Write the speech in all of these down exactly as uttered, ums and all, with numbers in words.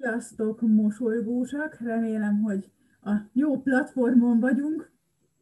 Sziasztok, mosolygósak! Remélem, hogy a jó platformon vagyunk.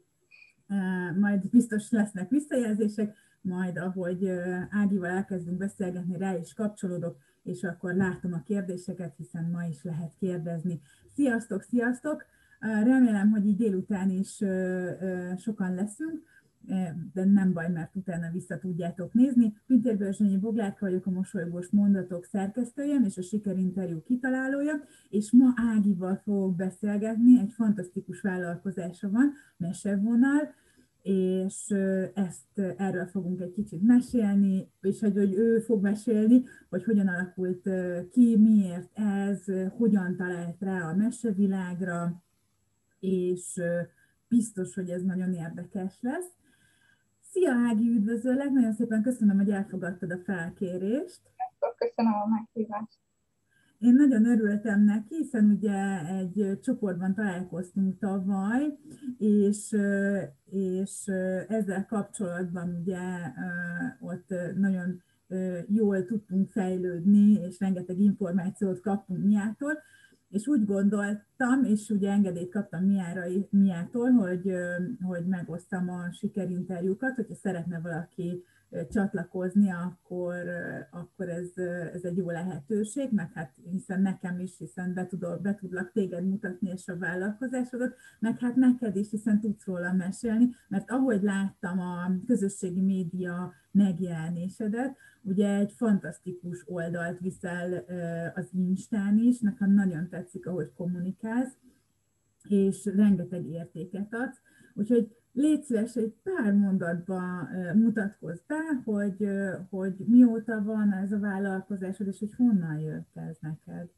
Majd biztos lesznek visszajelzések, majd ahogy Ágival elkezdünk beszélgetni, rá is kapcsolódok, és akkor látom a kérdéseket, hiszen ma is lehet kérdezni. Sziasztok, sziasztok! Remélem, hogy így délután is sokan leszünk, de nem baj, mert utána vissza tudjátok nézni. Pintér Berzsenyi Boglárka vagyok, a Mosolygós Mondatok szerkesztője és a Sikerinterjú kitalálója, és ma Ágival fogok beszélgetni, egy fantasztikus vállalkozása van, Mesevonal, és ezt erről fogunk egy kicsit mesélni, és hogy, hogy ő fog mesélni, hogy hogyan alakult ki, miért ez, hogyan talált rá a mesevilágra, és biztos, hogy ez nagyon érdekes lesz. Szia Ági, üdvözöllek! Nagyon szépen köszönöm, hogy elfogadtad a felkérést. Köszönöm a meghívást. Én nagyon örültem neki, hiszen ugye egy csoportban találkoztunk tavaly, és, és ezzel kapcsolatban ugye ott nagyon jól tudtunk fejlődni, és rengeteg információt kaptunk Miától, és úgy gondoltam, és ugye engedélyt kaptam Miára, Miától, hogy, hogy megosztam a sikerinterjúkat, hogyha szeretne valaki csatlakozni, akkor, akkor ez, ez egy jó lehetőség, meg hát hiszen nekem is, hiszen be, tudok, be tudlak téged mutatni és a vállalkozásodat, meg hát neked is, hiszen tudsz róla mesélni, mert ahogy láttam a közösségi média megjelenésedet, ugye egy fantasztikus oldalt viszel az Instán is, nekem nagyon tetszik, ahogy kommunikálsz, és rengeteg értéket adsz, úgyhogy légy szíves, egy pár mondatban mutatkozz be, hogy, hogy mióta van ez a vállalkozásod, és hogy honnan jött ez neked?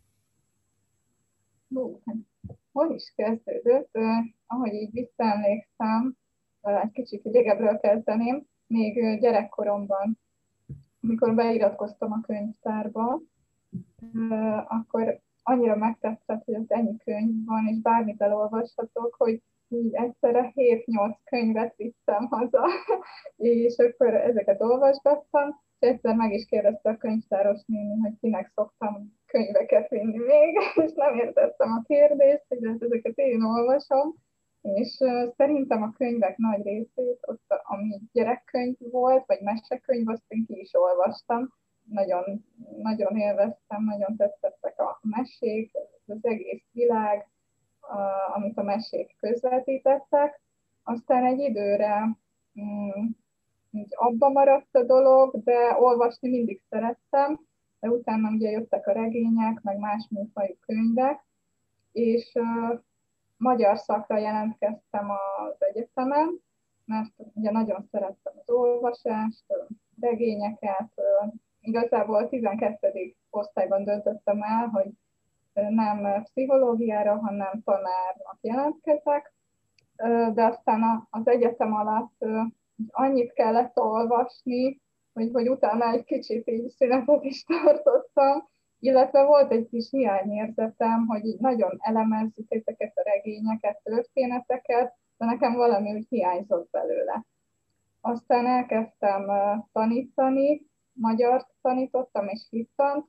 Hú, hát, hol is kezdődött? Uh, ahogy így visszaemlékszem, egy kicsit régebről kezdeném, még gyerekkoromban, amikor beiratkoztam a könyvtárba, uh, akkor annyira megtetszett, hogy ott ennyi könyv van, és bármit elolvashatok, hogy így egyszerre hét-nyolc könyvet vittem haza, és akkor ezeket olvasgattam, és egyszer meg is kérdezte a könyvtáros néni, hogy kinek szoktam könyveket vinni még, és nem értettem a kérdést, hogy hát ezeket én olvasom, és uh, szerintem a könyvek nagy részét, ott, ami gyerekkönyv volt, vagy mesekönyv, azt én ki is olvastam, nagyon, nagyon élveztem, nagyon tetszettek a mesék, az egész világ, a, amit a mesék közvetítettek. Aztán egy időre mm, abba maradt a dolog, de olvasni mindig szerettem, de utána ugye jöttek a regények, meg más műfajú könyvek, és uh, magyar szakra jelentkeztem az egyetemen, mert ugye nagyon szerettem az olvasást, regényeket, uh, igazából tizenkettedik osztályban döntöttem el, hogy nem pszichológiára, hanem tanárnak jelentkezek, de aztán az egyetem alatt annyit kellett olvasni, hogy, hogy utána egy kicsit így szünetet is tartottam, illetve volt egy kis hiányérzetem, hogy így nagyon elemezzük ezeket a regényeket, történeteket, de nekem valami úgy hiányzott belőle. Aztán elkezdtem tanítani, magyart tanítottam és hittant,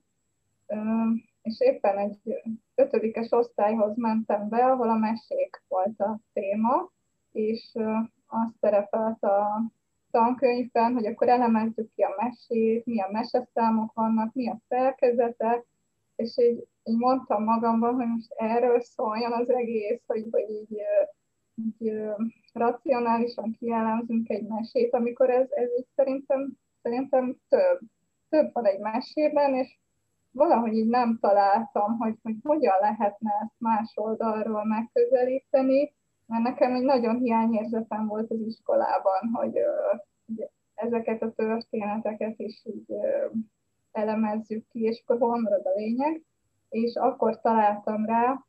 és éppen egy ötödikes osztályhoz mentem be, ahol a mesék volt a téma, és azt szerepelt a tankönyvben, hogy akkor elemezzük ki a mesét, milyen meseszámok vannak, mi a szerkezete, és így, így mondtam magamban, hogy most erről szóljon az egész, hogy, hogy így, így racionálisan kielemzünk egy mesét, amikor ez, ez így szerintem, szerintem több. Több van egy mesében, és valahogy így nem találtam, hogy, hogy hogyan lehetne ezt más oldalról megközelíteni, mert nekem egy nagyon hiányérzetem volt az iskolában, hogy, hogy ezeket a történeteket is így elemezzük ki, és akkor hol marad a lényeg. És akkor találtam rá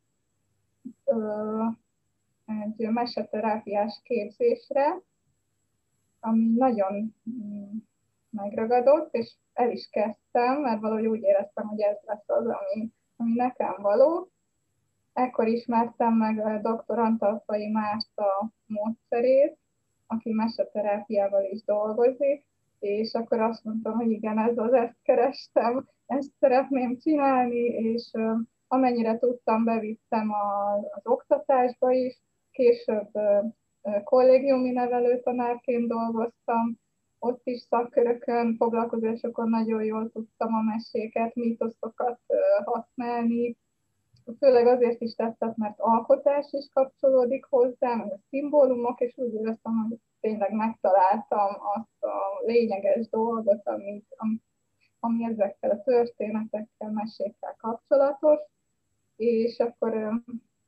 egy meseterápiás képzésre, ami nagyon megragadott, és el is kezdtem, mert valahogy úgy éreztem, hogy ez lesz az, ami, ami nekem való. Ekkor ismertem meg dr. Antalfai Márta módszerét, aki meseterápiával is dolgozik, és akkor azt mondtam, hogy igen, ez az, ezt kerestem, ezt szeretném csinálni, és amennyire tudtam, bevittem a, az oktatásba is, később kollégiumi nevelőtanárként dolgoztam, ott is szakkörökön, foglalkozásokon nagyon jól tudtam a meséket, mítoszokat használni. Főleg azért is tetszett, mert alkotás is kapcsolódik hozzá, meg a szimbólumok, és úgy éreztem, hogy tényleg megtaláltam azt a lényeges dolgot, amit, ami ezekkel a történetekkel, mesékkel kapcsolatos. És akkor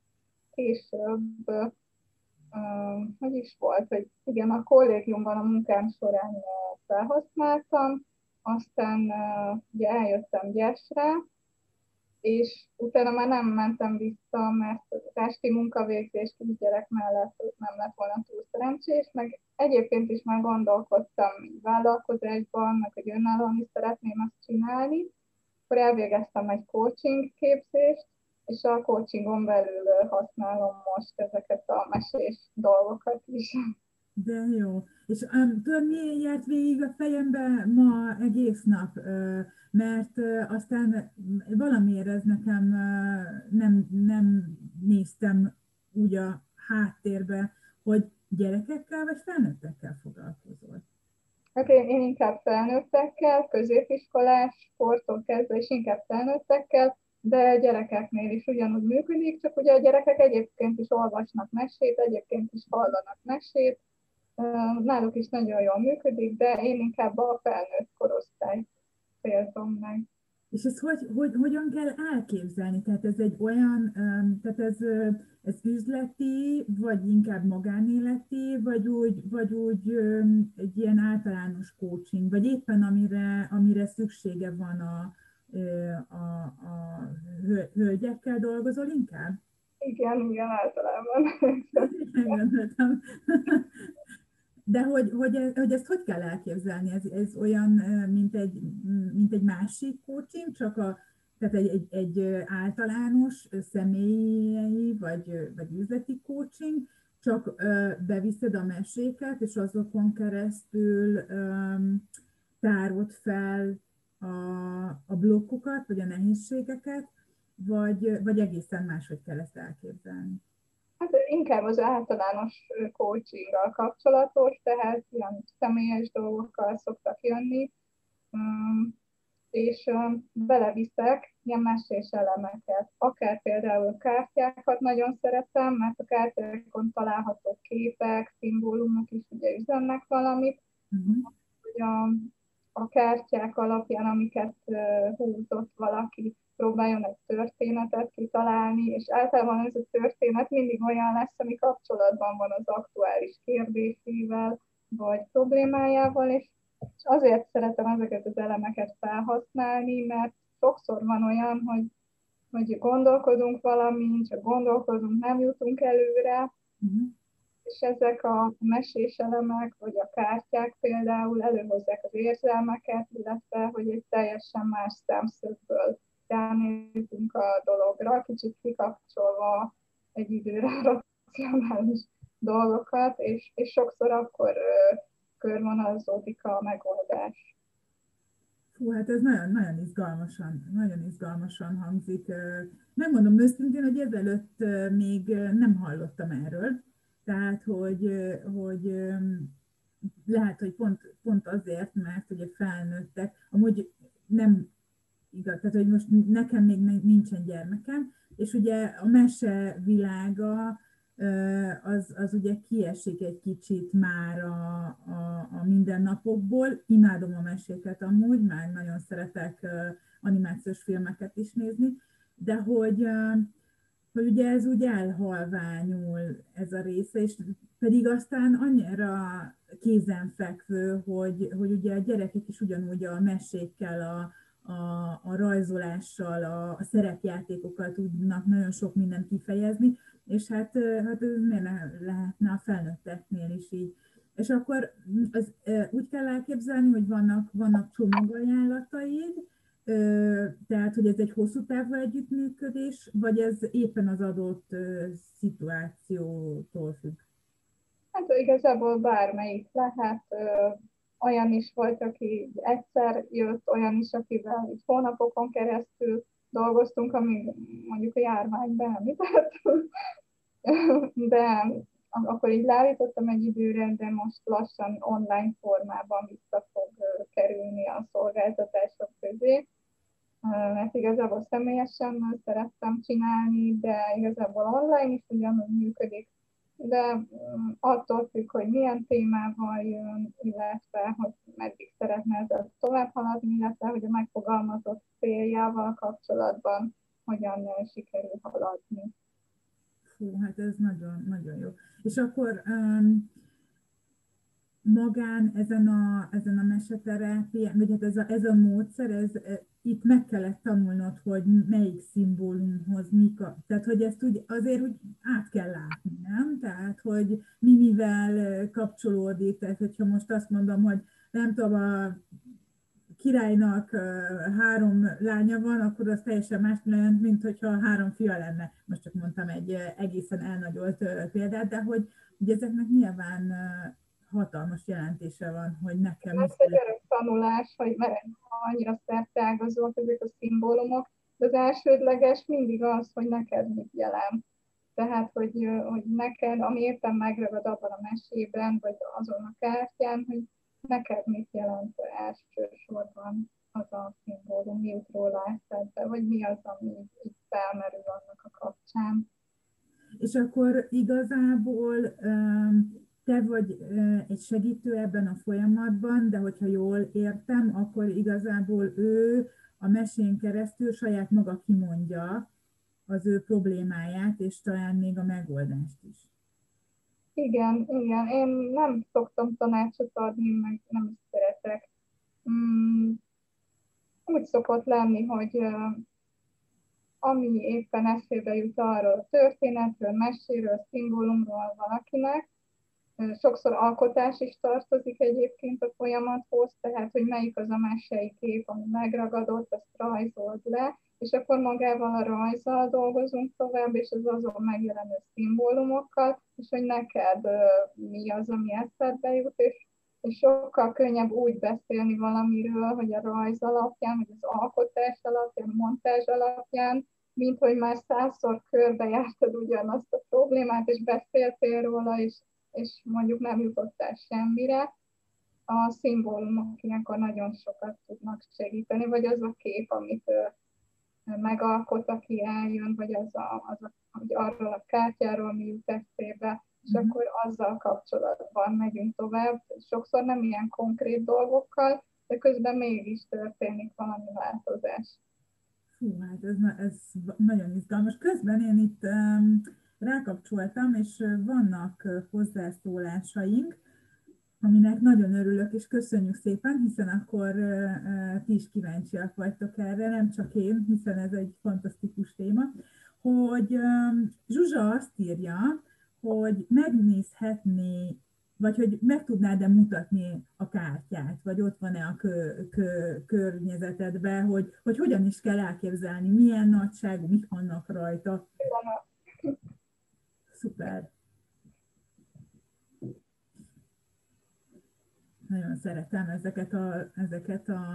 később, hogy is volt, hogy igen, a kollégiumban a munkám során felhasználtam, aztán ugye eljöttem Gyesre, és utána már nem mentem vissza, mert a testi munkavégzés kisgyerek mellett nem lett volna túl szerencsés, meg egyébként is már gondolkodtam vállalkozásban, meg hogy önállóan is szeretném ezt csinálni. Akkor elvégeztem egy coaching képzést, és a coachingon belül használom most ezeket a mesés dolgokat is. De jó. És um, tudod, mi járt végig a fejembe ma egész nap? Uh, mert uh, aztán valamiért ez nekem uh, nem, nem néztem úgy a háttérbe, hogy gyerekekkel vagy felnőttekkel foglalkozol. Hát én, én inkább felnőttekkel, középiskolás sporttól kezdve, és inkább felnőttekkel, de gyerekeknél is ugyanúgy működik, csak ugye a gyerekek egyébként is olvasnak mesét, egyébként is hallanak mesét, náluk is nagyon jól működik, de én inkább a felnőtt korosztályt célzom meg. És ezt hogy, hogy, hogyan kell elképzelni? Tehát ez egy olyan, tehát ez, ez üzleti, vagy inkább magánéleti, vagy úgy, vagy úgy egy ilyen általános coaching, vagy éppen amire, amire szüksége van a, a, a hölgyekkel dolgozol inkább? Igen, igen, általában. Igen, de hogy, hogy, hogy ezt hogy kell elképzelni? Ez, ez olyan, mint egy, mint egy másik coaching, csak a, tehát egy, egy, egy általános személyi vagy, vagy üzleti coaching, csak beviszed a meséket, és azokon keresztül um, tárod fel a, a blokkokat, vagy a nehézségeket, vagy, vagy egészen máshogy kell ezt elképzelni? Hát inkább az általános coachinggal kapcsolatos, tehát ilyen személyes dolgokkal szoktak jönni, és beleviszek ilyen mesés elemeket. Akár például kártyákat nagyon szeretem, mert a kártyákon található képek, szimbólumok is ugye üzennek valamit, uh-huh. hogy a, a kártyák alapján, amiket húzott valaki, próbáljon egy történetet kitalálni, és általában ez a történet mindig olyan lesz, ami kapcsolatban van az aktuális kérdésével, vagy problémájával, és azért szeretem ezeket az elemeket felhasználni, mert sokszor van olyan, hogy, hogy gondolkodunk valamin, csak gondolkodunk, nem jutunk előre, uh-huh. és ezek a mesés elemek, vagy a kártyák például előhozzák az érzelmeket, illetve hogy egy teljesen más szemszögből ránézünk a dologra, kicsit kikapcsolva egy időre a racionális dolgokat, és, és sokszor akkor ö, körvonalazódik a megoldás. Hú, hát ez nagyon, nagyon izgalmasan, nagyon izgalmasan hangzik. Megmondom őszintén, hogy ezelőtt még nem hallottam erről, tehát, hogy, hogy lehet, hogy pont, pont azért, mert ugye felnőttek, amúgy nem igaz, tehát, hogy most nekem még nincsen gyermekem, és ugye a mese világa az, az ugye kiesik egy kicsit már a, a, a mindennapokból. Imádom a meséket amúgy, már nagyon szeretek animációs filmeket is nézni, de hogy, hogy ugye ez úgy elhalványul ez a része, és pedig aztán annyira kézenfekvő, hogy, hogy ugye a gyerekek is ugyanúgy a mesékkel, a A, a rajzolással, a, a szerepjátékokkal tudnak nagyon sok mindent kifejezni, és hát, hát ez miért ne lehetne a felnőtteknél is így. És akkor az, úgy kell elképzelni, hogy vannak, vannak csomagajánlataid, tehát, hogy ez egy hosszú távú együttműködés, vagy ez éppen az adott szituációtól függ? Hát igazából bármelyik lehet. Olyan is volt, aki egyszer jött, olyan is, akivel így hónapokon keresztül dolgoztunk, amíg mondjuk a járvány beemlített, de akkor így leállítottam egy időre, de most lassan online formában vissza fog kerülni a szolgáltatások közé, mert igazából személyesen szerettem csinálni, de igazából online is ugyanúgy működik, de attól függ, hogy milyen témával jön, illetve hogy meddig szeretne ezzel tovább haladni, illetve hogy a megfogalmazott céljával kapcsolatban hogyan sikerül haladni. Fú, hát ez nagyon, nagyon jó. És akkor um, magán ezen a, ezen a meseterápián, vagy hát ez a, ez a módszer, ez, itt meg kellett tanulnod, hogy melyik szimbólumhoz mik a, tehát hogy ezt úgy, azért úgy át kell látni, nem? Tehát, hogy mi mivel kapcsolódik, tehát hogyha most azt mondom, hogy nem tudom, a királynak három lánya van, akkor az teljesen más jelent, mint hogyha három fia lenne. Most csak mondtam egy egészen elnagyolt példát, de hogy ugye ezeknek nyilván hatalmas jelentése van, hogy nekem is. Ez egy örök tanulás, hogy mert annyira szerteágazóak ezek a szimbólumok, de az elsődleges mindig az, hogy neked mit jelent. Tehát, hogy, hogy neked, ami éppen megragad abban a mesében, vagy azon a kártyán, hogy neked mit jelent elsősorban az a szimbólum, mi jut róla eszedbe, vagy mi az, ami így felmerül annak a kapcsán. És akkor igazából te vagy egy segítő ebben a folyamatban, de hogyha jól értem, akkor igazából ő a mesén keresztül saját maga kimondja az ő problémáját, és talán még a megoldást is. Igen, igen. Én nem szoktam tanácsot adni, meg nem is szeretek. Mm, úgy szokott lenni, hogy uh, ami éppen eszébe jut arról a történetről, meséről, szimbólumról valakinek, uh, sokszor alkotás is tartozik egyébként a folyamathoz, tehát hogy melyik az a mesei kép, ami megragadott, azt rajzold le, és akkor magával a rajzzal dolgozunk tovább, és az azon megjelenő szimbólumokkal, és hogy neked uh, mi az, ami eszedbe jut, és, és sokkal könnyebb úgy beszélni valamiről, hogy a rajz alapján, vagy az alkotás alapján, a montázs alapján, mint hogy már százszor körbejártad ugyanazt a problémát, és beszéltél róla, és, és mondjuk nem jutottál semmire. A szimbólumok ilyenkor nagyon sokat tudnak segíteni, vagy az a kép, amit uh, megalkot, aki eljön, vagy az a, az a, hogy arról a kártyáról mi jut eszébe, és mm. akkor azzal kapcsolatban megyünk tovább. Sokszor nem ilyen konkrét dolgokkal, de közben mégis történik valami változás. Hú, hát ez, ez nagyon izgalmas. Közben én itt um, rákapcsoltam, és vannak hozzászólásaink, aminek nagyon örülök, és köszönjük szépen, hiszen akkor uh, ti is kíváncsiak vagytok erre, nem csak én, hiszen ez egy fantasztikus téma, hogy um, Zsuzsa azt írja, hogy megnézhetné, vagy hogy meg tudnád-e mutatni a kártyát, vagy ott van-e a kö, kö, környezetedben, hogy, hogy hogyan is kell elképzelni, milyen nagyságú, mik vannak rajta. Szuper. Nagyon szeretem ezeket a, ezeket a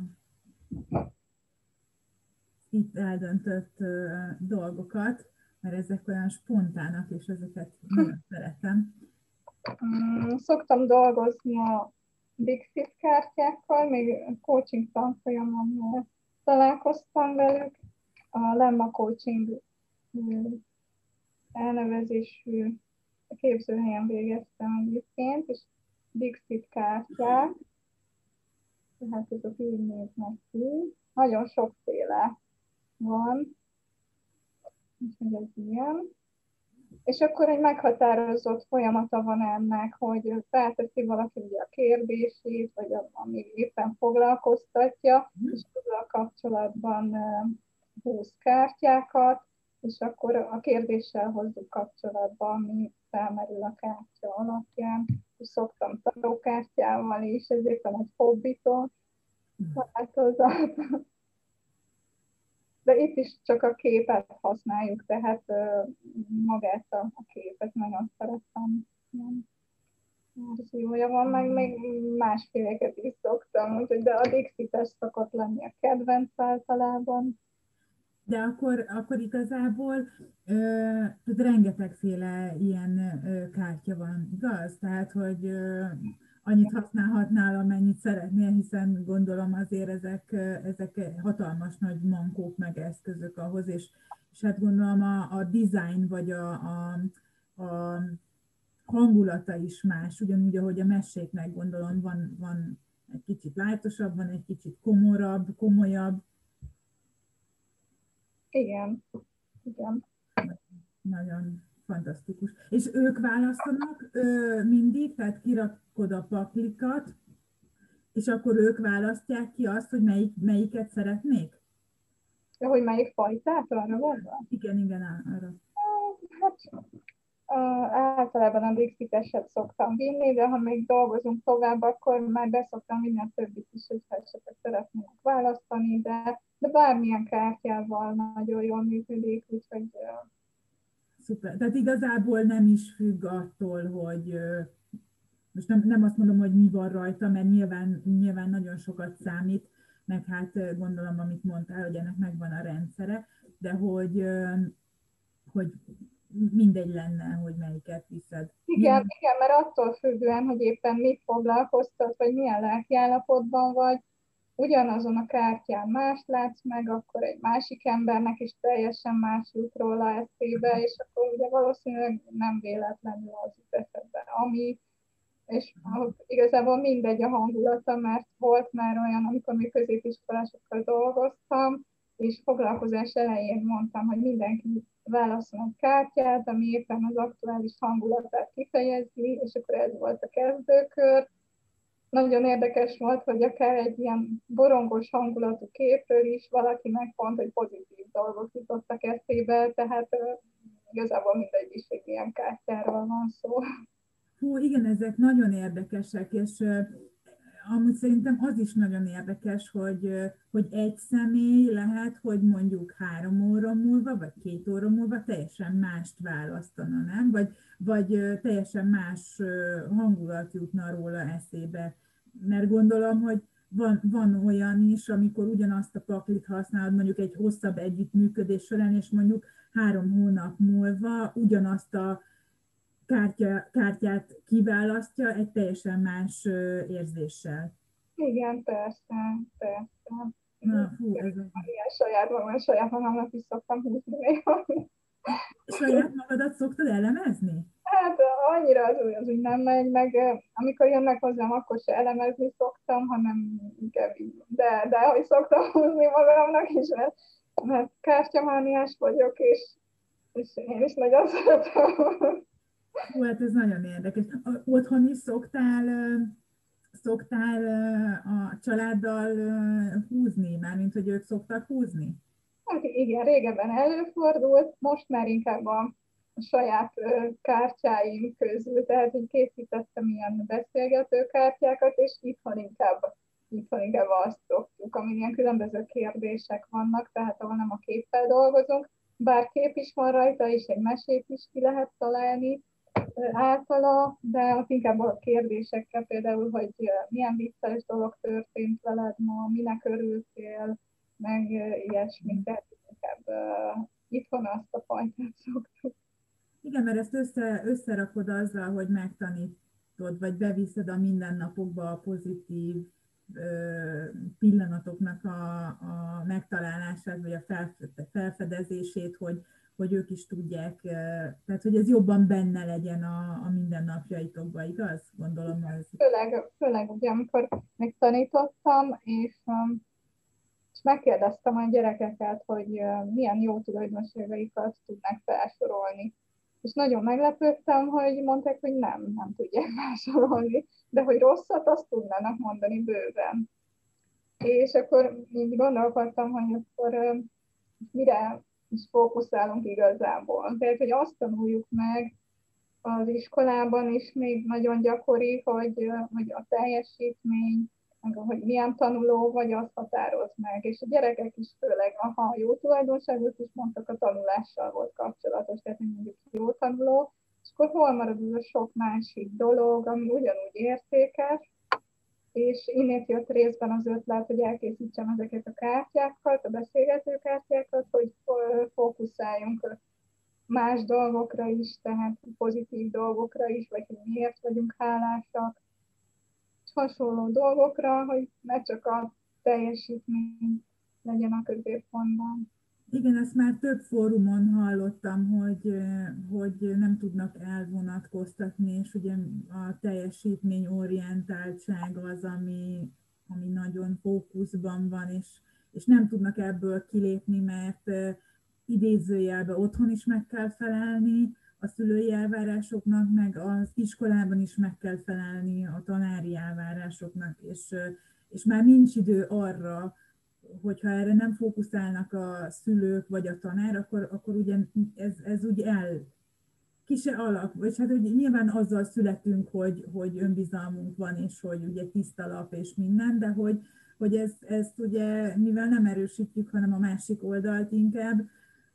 itt eldöntött uh, dolgokat, mert ezek olyan spontának, és ezeket nagyon szeretem. Szoktam dolgozni a Dixit kártyákkal, még coaching tanfolyamon találkoztam velük. A Lemma Coaching elnevezésű képzőhelyen végeztem egyébként, és Dixit kártyák, tehát ezek így néznek ki. Nagyon sokféle van, úgyhogy ez ilyen. És akkor egy meghatározott folyamata van ennek, hogy felteszi valaki ugye a kérdését, vagy a, ami éppen foglalkoztatja, és ezzel kapcsolatban húz kártyákat, és akkor a kérdéssel hozzuk kapcsolatba, ami felmerül a kártya alapján. És szoktam tarókártyával is, ez éppen egy hobbitól változat. De itt is csak a képet használjuk, tehát uh, magát a, a képet nagyon szeretem. Verziója van, meg még másféleket is szoktam, úgyhogy de a Dixit-es szokott lenni a kedvenc általában. De akkor, akkor igazából ö, tehát rengetegféle ilyen ö, kártya van, igaz? Tehát, hogy ö, annyit használhatnál, amennyit szeretnél, hiszen gondolom azért ezek, ö, ezek hatalmas nagy mankók meg eszközök ahhoz, és, és hát gondolom a, a design vagy a, a, a hangulata is más, ugyanúgy, ahogy a meséknek gondolom van, van egy kicsit lájtosabb, van egy kicsit komorabb, komolyabb. Igen, igen. Nagyon fantasztikus. És ők választanak ö, mindig, tehát kirakod a paklikat, és akkor ők választják ki azt, hogy melyik, melyiket szeretnék? De hogy melyik fajtát arra gondol? Igen, igen, á- arra. Hát uh, általában a Dixit-eset szoktam vinni, de ha még dolgozunk tovább, akkor már beszoktam vinni a többit is, hogyha esetleg szeretnének választani, de, de bármilyen kártyával nagyon jól működik, úgyhogy uh, Szuper. Tehát igazából nem is függ attól, hogy ö, most nem, nem azt mondom, hogy mi van rajta, mert nyilván, nyilván nagyon sokat számít, meg hát ö, gondolom, amit mondtál, hogy ennek megvan a rendszere, de hogy, ö, hogy mindegy lenne, hogy melyiket viszed. igen, Nyilván. igen, mert attól függően, hogy éppen mit foglalkoztat, vagy milyen lelkiállapotban vagy, ugyanazon a kártyán más látsz meg, akkor egy másik embernek is teljesen más jut róla eszébe, és akkor ugye valószínűleg nem véletlenül az jut eszedbe, ami, és igazából mindegy a hangulata, mert volt már olyan, amikor még középiskolásokkal dolgoztam, és foglalkozás elején mondtam, hogy mindenki válaszol egy kártyát, ami éppen az aktuális hangulatát kifejezi, és akkor ez volt a kezdőkör. Nagyon érdekes volt, hogy akár egy ilyen borongos hangulatú képről is valaki megpont, hogy pozitív dolgok jutottak eszébe, tehát uh, igazából mindegy is, hogy milyen kártyáról van szó. Hú, igen, ezek nagyon érdekesek, és uh, amúgy szerintem az is nagyon érdekes, hogy, uh, hogy egy személy lehet, hogy mondjuk három óra múlva, vagy két óra múlva teljesen mást választana, nem? Vagy, vagy uh, teljesen más uh, hangulat jutna róla eszébe. Mert gondolom, hogy van, van olyan is, amikor ugyanazt a paklit használod mondjuk egy hosszabb együttműködés során, és mondjuk három hónap múlva ugyanazt a kártya, kártyát kiválasztja egy teljesen más érzéssel. Igen, persze, persze. Na, fú, ez a... Ilyen saját magam, saját magamnak is szoktam húzni néha. Saját magadat szoktad elemezni? Hát annyira az úgy, az úgy nem megy, meg amikor jönnek hozzám, akkor se elemezni szoktam, hanem inkább így. De, de hogy szoktam húzni magamnak is, mert, mert kártyamániás vagyok, és, és én is nagyon szeretem. Hú, hát ez nagyon érdekes. Otthon is szoktál, szoktál a családdal húzni, mármint, hogy ők szoktak húzni? Hát igen, régebben előfordult, most már inkább a saját kártyáim közül, tehát hogy készítettem ilyen beszélgető kártyákat, és itthon inkább, itthon inkább azt szoktuk, amin ilyen különböző kérdések vannak, tehát ahol nem a képpel dolgozunk, bár kép is van rajta, és egy mesét is ki lehet találni általa, de ott inkább a kérdésekkel, például, hogy milyen vicces dolog történt veled ma, minek örültél, meg ilyesmi, tehát inkább uh, itthon azt a fajtát szoktuk. Igen, mert ezt össze, összerakod azzal, hogy megtanítod, vagy beviszed a mindennapokba a pozitív ö, pillanatoknak a, a megtalálását, vagy a felfedezését, hogy, hogy ők is tudják, tehát hogy ez jobban benne legyen a, a mindennapjaitokban, igaz? Gondolom ez. Főleg, főleg ugye, amikor még tanítottam, és, um, és megkérdeztem a gyerekeket, hogy uh, milyen jó tulajdonságaikat tudnak felsorolni. És nagyon meglepődtem, hogy mondták, hogy nem, nem tudják felsorolni, de hogy rosszat, azt tudnának mondani bőven. És akkor így gondolkodtam, hogy akkor uh, mire is fókuszálunk igazából. Tehát, hogy azt tanuljuk meg az iskolában is még nagyon gyakori, hogy, hogy a teljesítmény, meg hogy milyen tanuló vagy, azt határoz meg. És a gyerekek is főleg, ha jó tulajdonságot is mondtak, a tanulással volt kapcsolatos, tehát mondjuk jó tanuló, és akkor hol marad az a sok másik dolog, ami ugyanúgy értékes, és innét jött részben az ötlet, hogy elkészítsem ezeket a kártyákat, a beszélgető kártyákat, hogy fókuszáljunk más dolgokra is, tehát pozitív dolgokra is, vagy hogy miért vagyunk hálásak, hasonló dolgokra, hogy ne csak a teljesítmény legyen a középpontban. Igen, ezt már több fórumon hallottam, hogy, hogy nem tudnak elvonatkoztatni, és ugye a teljesítményorientáltság az, ami, ami nagyon fókuszban van, és, és nem tudnak ebből kilépni, mert idézőjelben otthon is meg kell felelni a szülői elvárásoknak, meg az iskolában is meg kell felelni a tanári elvárásoknak, és, és már nincs idő arra, hogyha erre nem fókuszálnak a szülők vagy a tanár, akkor, akkor ugye ez, ez úgy el, ki se alak, vagy hát hogy nyilván azzal születünk, hogy, hogy önbizalmunk van, és hogy ugye tiszta lap és minden, de hogy, hogy ezt, ezt ugye, mivel nem erősítjük, hanem a másik oldalt inkább,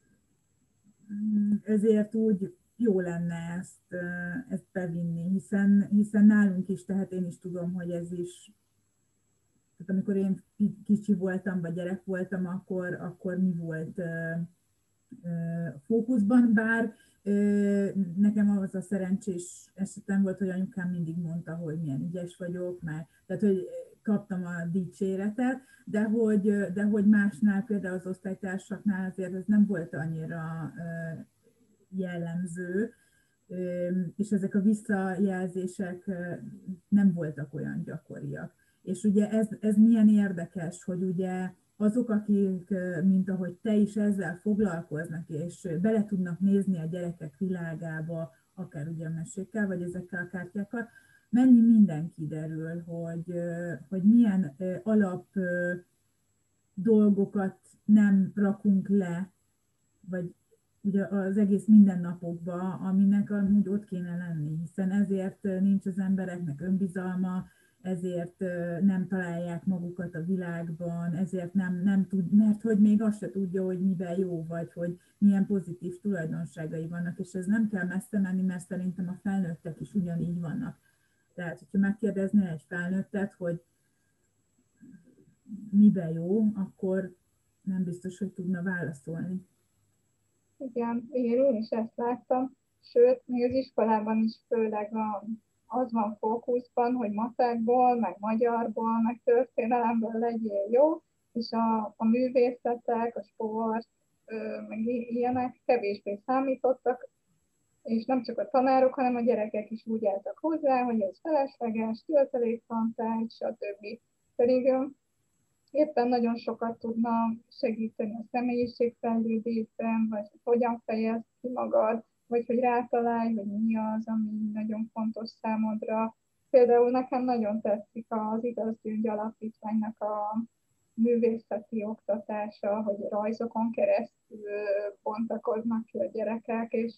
ezért úgy jó lenne ezt, ezt bevinni, hiszen, hiszen nálunk is, tehát én is tudom, hogy ez is, tehát amikor én kicsi voltam, vagy gyerek voltam, akkor, akkor mi volt uh, uh, fókuszban, bár uh, nekem az a szerencsés esetem volt, hogy anyukám mindig mondta, hogy milyen ügyes vagyok, már, tehát hogy kaptam a dicséretet, de hogy, de hogy másnál, például az osztálytársaknál azért ez nem volt annyira uh, jellemző, és ezek a visszajelzések nem voltak olyan gyakoriak. És ugye ez, ez milyen érdekes, hogy ugye azok, akik, mint ahogy te is ezzel foglalkoznak, és bele tudnak nézni a gyerekek világába, akár ugye a mesékkel, vagy ezekkel a kártyákkal, mennyi minden kiderül, hogy, hogy milyen alap dolgokat nem rakunk le, vagy ugye az egész mindennapokban, aminek amúgy ott kéne lenni, hiszen ezért nincs az embereknek önbizalma, ezért nem találják magukat a világban, ezért nem, nem tud, mert hogy még azt se tudja, hogy miben jó vagy, hogy milyen pozitív tulajdonságai vannak, és ez nem kell messze menni, mert szerintem a felnőttek is ugyanígy vannak. Tehát, hogyha megkérdeznél egy felnőttet, hogy miben jó, akkor nem biztos, hogy tudna válaszolni. Igen, igen, én is ezt láttam, sőt, még az iskolában is főleg a, az van fókuszban, hogy matekból, meg magyarból, meg történelemből legyél jó, és a, a művészetek, a sport, meg ilyenek kevésbé számítottak, és nem csak a tanárok, hanem a gyerekek is úgy álltak hozzá, hogy ez felesleges, töltelékfantázs, stb. Pedig éppen nagyon sokat tudna segíteni a személyiségfejlődésben, vagy hogy hogyan fejezd ki magad, vagy hogy rátalálj, hogy mi az, ami nagyon fontos számodra. Például nekem nagyon tetszik az Igaz Gyöngy Alapítványnak a művészeti oktatása, hogy rajzokon keresztül bontakoznak ki a gyerekek, és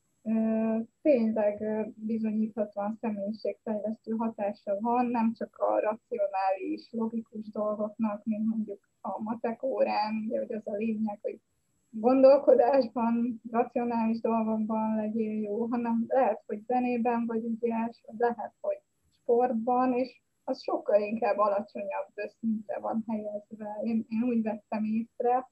tényleg bizonyíthatóan személyiségfejlesztő hatása van, nem csak a racionális, logikus dolgoknak, mint mondjuk a matek órán, ugye, hogy az a lényeg, hogy gondolkodásban, racionális dolgokban legyél jó, hanem lehet, hogy zenében vagy ügyes, vagy lehet, hogy sportban, és az sokkal inkább alacsonyabb szintre van helyezve. Én, én úgy vettem észre,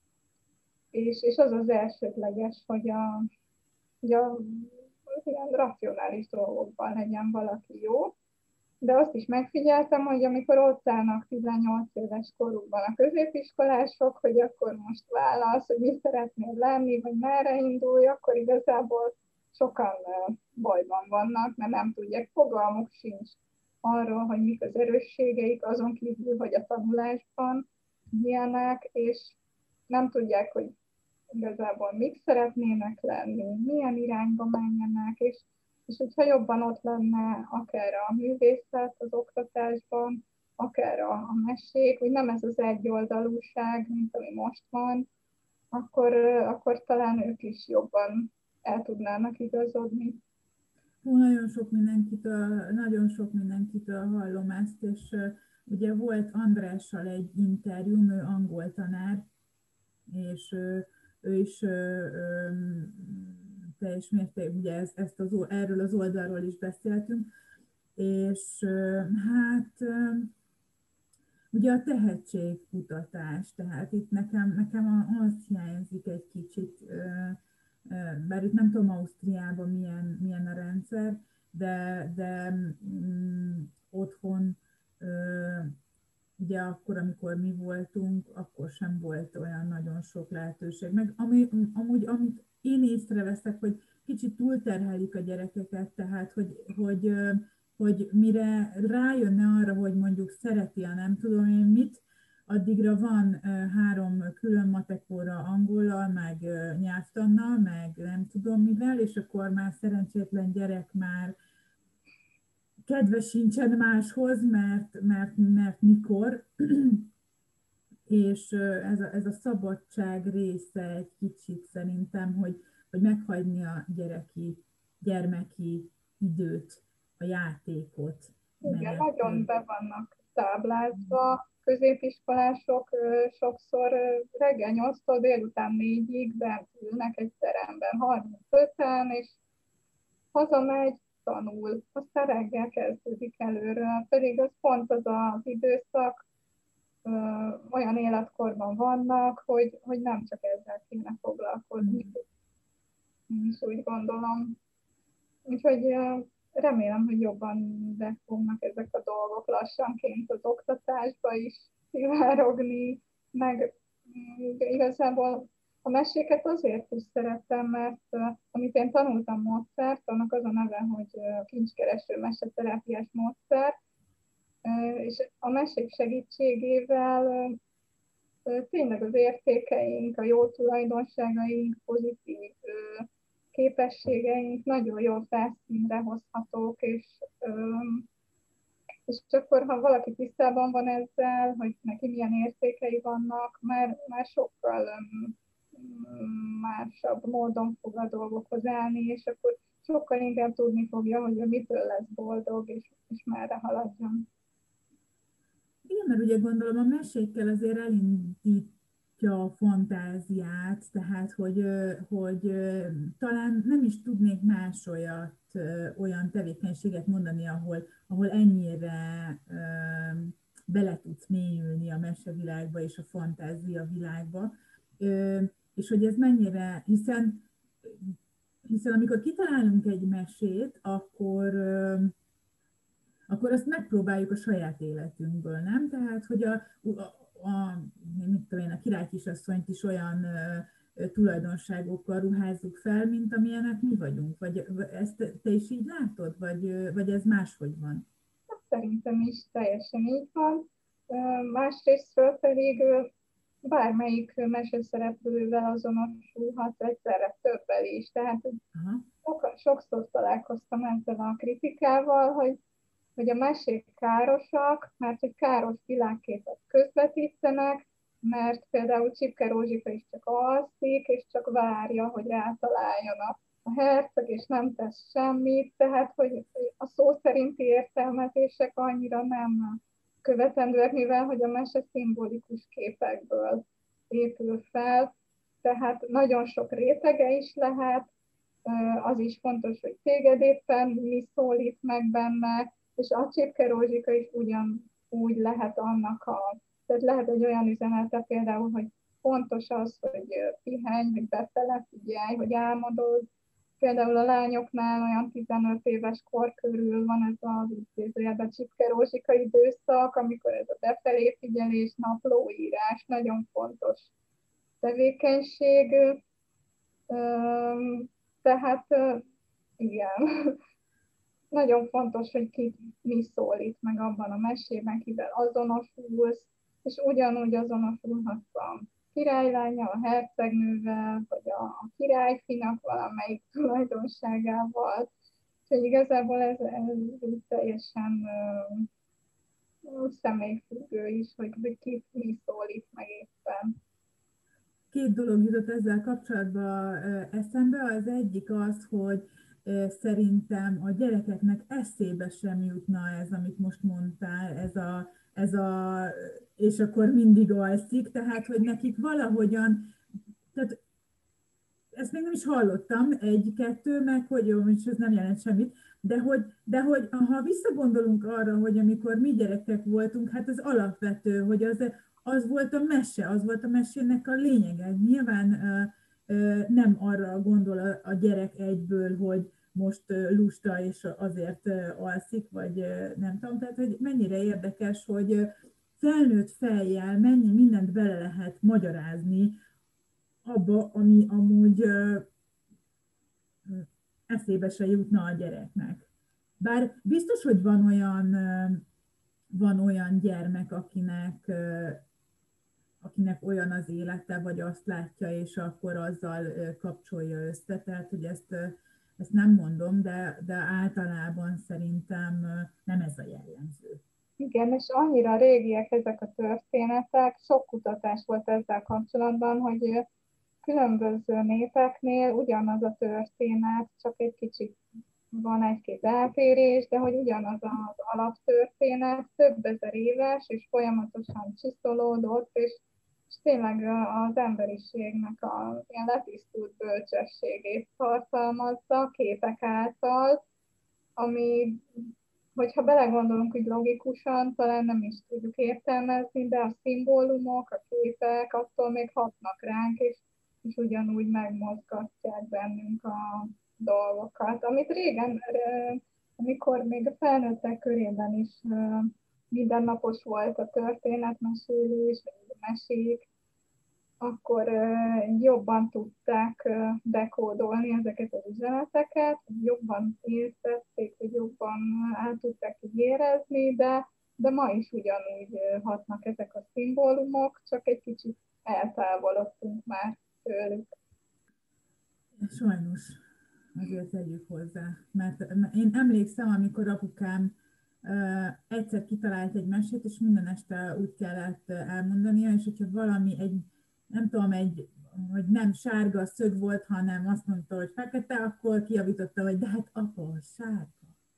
és, és az az elsődleges, hogy a hogy a ilyen racionális dolgokban legyen valaki jó, de azt is megfigyeltem, hogy amikor ott állnak tizennyolc éves korukban a középiskolások, hogy akkor most válasz, hogy mi szeretnél lenni, vagy merre indulj, akkor igazából sokan bajban vannak, mert nem tudják, fogalmuk sincs arról, hogy mik az erősségeik, azon kívül, hogy a tanulásban ilyenek, és nem tudják, hogy igazából mik szeretnének lenni, milyen irányba menjenek, és, és hogyha jobban ott lenne akár a művészet az oktatásban, akár a, a mesék, hogy nem ez az egyoldalúság, mint ami most van, akkor, akkor talán ők is jobban el tudnának igazodni. Hú, nagyon sok mindenkitől, nagyon sok mindenkitől hallom ezt, és uh, ugye volt Andrással egy interjú, ő angol tanár, és uh, ő is teljes mértékben, ugye ezt, ezt az, erről az oldalról is beszéltünk, és hát ugye a tehetségkutatás, tehát itt nekem, nekem az hiányzik egy kicsit, bár itt nem tudom Ausztriában milyen, milyen a rendszer, de, de mm, otthon ugye akkor, amikor mi voltunk, akkor sem volt olyan nagyon sok lehetőség. Meg ami, amúgy, amit én észreveszek, hogy kicsit túlterhelik a gyerekeket, tehát, hogy, hogy, hogy mire rájönne arra, hogy mondjuk szereti a nem tudom én mit, addigra van három külön matekóra angollal, meg nyelvtannal, meg nem tudom mivel, és akkor már szerencsétlen gyerek már kedve sincsen máshoz, mert, mert, mert mikor, és ez a, ez a szabadság része egy kicsit szerintem, hogy, hogy meghagyni a gyereki, gyermeki időt, a játékot. Igen, nagyon be vannak táblázva. Középiskolások sokszor reggel nyolctól délután négyig bent ülnek egy teremben, harmincöten, és hazamegy, tanul, aztán reggel kezdődik előről, pedig az pont az az időszak, ö, olyan életkorban vannak, hogy, hogy nem csak ezzel kéne foglalkozni. Én is úgy gondolom. Úgyhogy ö, remélem, hogy jobban befognak ezek a dolgok lassanként az oktatásba is szivárogni, meg igazából a meséket azért is szeretem, mert uh, amit én tanultam módszert, annak az a neve, hogy uh, kincskereső meseterápiás módszer, uh, és a mesék segítségével uh, uh, tényleg az értékeink, a jó tulajdonságaink, pozitív uh, képességeink nagyon jól felszínre hozhatók, és, um, és akkor, ha valaki tisztában van ezzel, hogy neki milyen értékei vannak, már, már sokkal um, másabb módon fog a dolgokhoz állni, és akkor sokkal inkább tudni fogja, hogy mitől lesz boldog, és, és merre haladjon. Igen, mert ugye gondolom a mesékkel azért elindítja a fantáziát, tehát hogy, hogy talán nem is tudnék más olyat, olyan tevékenységet mondani, ahol, ahol ennyire bele tudsz mélyülni a mesevilágba és a fantázia világba, és hogy ez mennyire, hiszen, hiszen amikor kitalálunk egy mesét, akkor akkor azt megpróbáljuk a saját életünkből, nem? Tehát, hogy a, a, a mit tudom én, a királykisasszonyt is olyan ö, tulajdonságokkal ruházzuk fel, mint amilyenek mi vagyunk. Vagy ezt te is így látod, vagy, vagy ez máshogy van? Szerintem is teljesen így van. Másrésztről pedig bármelyik meseszereplővel azonosulhat egyszerre többel is. Tehát Aha. sokszor találkoztam ezzel a kritikával, hogy hogy a mesék károsak, mert hogy káros világképet közvetítenek, mert például Csipke Rózsika is csak alszik, és csak várja, hogy rátaláljon a, a herceg, és nem tesz semmit, tehát hogy a szó szerinti értelmezések annyira nem követendőek, mivel hogy a mese szimbolikus képekből épül fel, tehát nagyon sok rétege is lehet, az is fontos, hogy téged éppen mi szólít meg benne, és a Csipke Rózsika is ugyanúgy lehet annak a, tehát lehet egy olyan üzenete például, hogy fontos az, hogy pihenj, hogy befele figyelj, hogy álmodozz. Például a lányoknál olyan tizenöt éves kor körül van ez az idézőjelben Csipke Rózsika időszak, amikor ez a befelé figyelés, naplóírás nagyon fontos tevékenység. Tehát igen, nagyon fontos, hogy ki mi szólít meg abban a mesében, kivel azonosulsz, és ugyanúgy azonosulhatsz a királylánnyal, a hercegnővel, vagy a királyfinak valamelyik tulajdonságával. Úgyhogy igazából ez, ez teljesen uh, személyfüggő is, hogy ki mi szólít meg éppen. Két dolog jutott ezzel kapcsolatban eszembe. Az egyik az, hogy szerintem a gyerekeknek eszébe sem jutna ez, amit most mondtál, ez a, ez a és akkor mindig alszik, tehát hogy nekik valahogyan, tehát ezt még nem is hallottam, egy-kettő, meg hogy jó, és ez nem jelent semmit, de hogy, de hogy ha visszagondolunk arra, hogy amikor mi gyerekek voltunk, hát az alapvető, hogy az, az volt a mese, az volt a mesének a lényege. Nyilván ö, ö, nem arra gondol a, a gyerek egyből, hogy most ö, lusta és azért ö, alszik, vagy ö, nem tudom, tehát hogy mennyire érdekes, hogy ö, felnőtt fejjel mennyi mindent bele lehet magyarázni abba, ami amúgy ö, eszébe se jutna a gyereknek. Bár biztos, hogy van olyan, van olyan gyermek, akinek, akinek olyan az élete, vagy azt látja, és akkor azzal kapcsolja össze. Tehát, hogy ezt, ezt nem mondom, de, de általában szerintem nem ez a jellemző. Igen, és annyira régiek ezek a történetek, sok kutatás volt ezzel kapcsolatban, hogy különböző népeknél ugyanaz a történet, csak egy kicsit van egy-két eltérés, de hogy ugyanaz az alaptörténet több ezer éves, és folyamatosan csiszolódott, és, és tényleg az emberiségnek a ilyen letisztult bölcsességét tartalmazza képek által, ami, hogyha belegondolunk, hogy logikusan, talán nem is tudjuk értelmezni, de a szimbólumok, a képek attól még hatnak ránk, és, és ugyanúgy megmozgatják bennünk a dolgokat. Amit régen, amikor még a felnőttek körében is mindennapos volt a történetmesélés, vagy a mesék, akkor jobban tudták dekódolni ezeket az üzeneteket, jobban értették, hogy jobban át tudták így érezni, de, de ma is ugyanúgy hatnak ezek a szimbólumok, csak egy kicsit eltávolodtunk már tőlük. Sajnos, azért tegyük hozzá. Mert én emlékszem, amikor apukám egyszer kitalált egy mesét, és minden este úgy kellett elmondania, és hogyha valami egy, nem tudom, egy, hogy nem sárga szög volt, hanem azt mondta, hogy fekete, akkor kijavította, hogy de hát apa, sárga.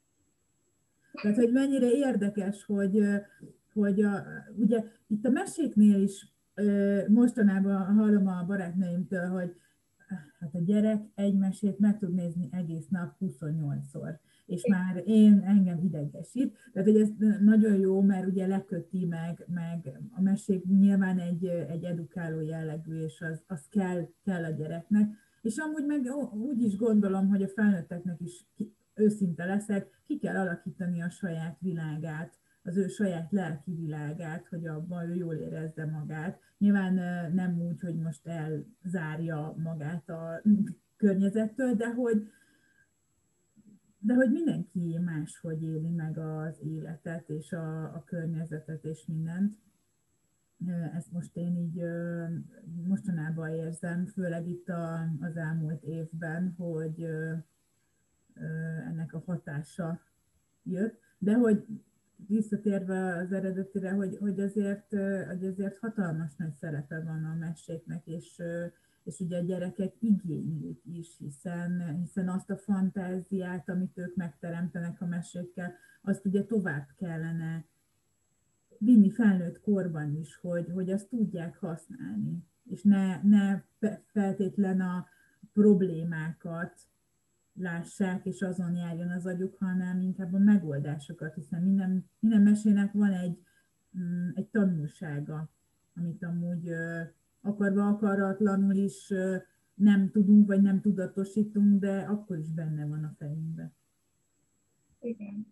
Tehát, hogy mennyire érdekes, hogy, hogy a, ugye itt a meséknél is mostanában hallom a barátnőimtől, hogy hát a gyerek egy mesét meg tud nézni egész nap huszonnyolcszor, és már én engem idegesít. Tehát, hogy ez nagyon jó, mert ugye leköti meg, meg a mesék nyilván egy, egy edukáló jellegű, és az, az kell, kell a gyereknek. És amúgy meg úgy is gondolom, hogy a felnőtteknek is őszinte leszek, ki kell alakítani a saját világát, az ő saját lelki világát, hogy abban ő jól érezze magát. Nyilván nem úgy, hogy most elzárja magát a környezettől, de hogy, de hogy mindenki máshogy éli meg az életet, és a, a környezetet, és mindent. Ezt most én így mostanában érzem, főleg itt az elmúlt évben, hogy ennek a hatása jött, de hogy visszatérve az eredetire, hogy, hogy, azért, hogy azért hatalmas nagy szerepe van a meséknek, és, és ugye a gyerekek igénylik is, hiszen, hiszen azt a fantáziát, amit ők megteremtenek a mesékkel, azt ugye tovább kellene vinni felnőtt korban is, hogy, hogy azt tudják használni, és ne, ne feltétlen a problémákat lássák, és azon járjon az agyuk, hanem inkább a megoldásokat, hiszen minden, minden mesének van egy, egy tanulsága, amit amúgy akarva akaratlanul is nem tudunk, vagy nem tudatosítunk, de akkor is benne van a fejünkben. Igen.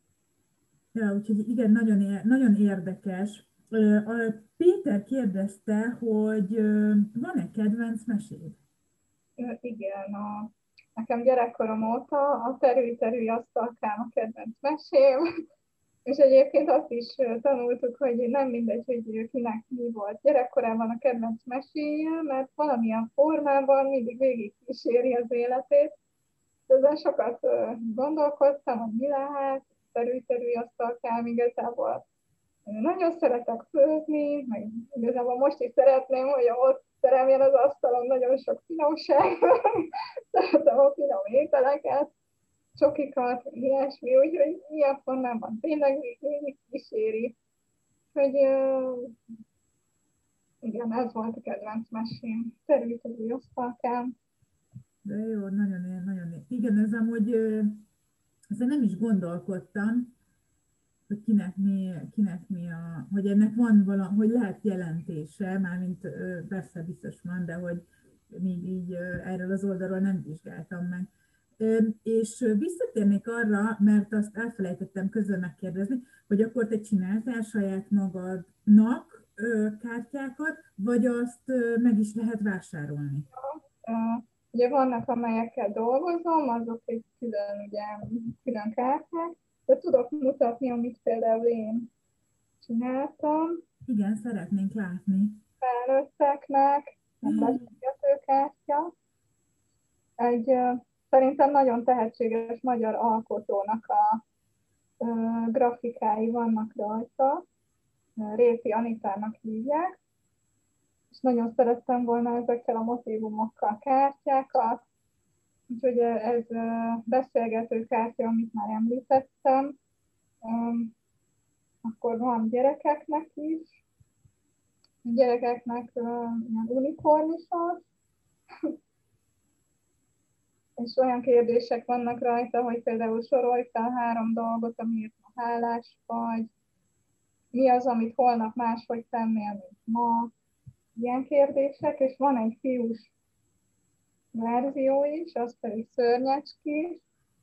Ja, úgyhogy igen, nagyon, nagyon érdekes. A Péter kérdezte, hogy van-e kedvenc meséd? Igen, a, nekem gyerekkorom óta a terű-terű asztalkám a kedvenc mesém, és egyébként azt is tanultuk, hogy nem mindegy, hogy kinek mi volt gyerekkorában a kedvenc meséje, mert valamilyen formában mindig végig kíséri az életét. Ezen sokat gondolkoztam, hogy mi lehet, terű-terű asztalkám, igazából nagyon szeretek főzni, meg igazából most is szeretném, hogy ott teremjen az asztalon nagyon sok finomság, szeretem a finom ételeket, csokikat, ilyesmi, úgyhogy ilyen formában tényleg végig kíséri. Hogy uh, igen, ez volt a kedvenc mesém. Terült az asztalkám. De jó, nagyon, ér- nagyon. ér- Igen, ez amúgy, ö, ezen nem is gondolkodtam, hogy kinek mi, kinek mi a, hogy ennek van vala, hogy lehet jelentése, mármint ö, persze biztos van, de hogy még így ö, erről az oldalról nem vizsgáltam meg. Ö, És ö, visszatérnék arra, mert azt elfelejtettem közben megkérdezni, hogy akkor te csináltál saját magadnak ö, kártyákat, vagy azt ö, meg is lehet vásárolni? Uh, Ugye vannak, amelyekkel dolgozom, azok egy külön, ugye, külön kártyák, de tudok mutatni, amit például én csináltam Igen, szeretnénk látni. felnőtteknek, a beszélgetőkártya. Egy uh, szerintem nagyon tehetséges magyar alkotónak a uh, grafikái vannak rajta, Réti Anitának hívják, és nagyon szerettem volna ezekkel a motívumokkal kártyákat, úgyhogy ez beszélgető kártya, amit már említettem, akkor van gyerekeknek is, a gyerekeknek ilyen unikornisos, és olyan kérdések vannak rajta, hogy például sorolj fel három dolgot, amiért ma hálás vagy, mi az, amit holnap máshogy tennél, mint ma, ilyen kérdések, és van egy fiús verzió is, az pedig szörnyecskés,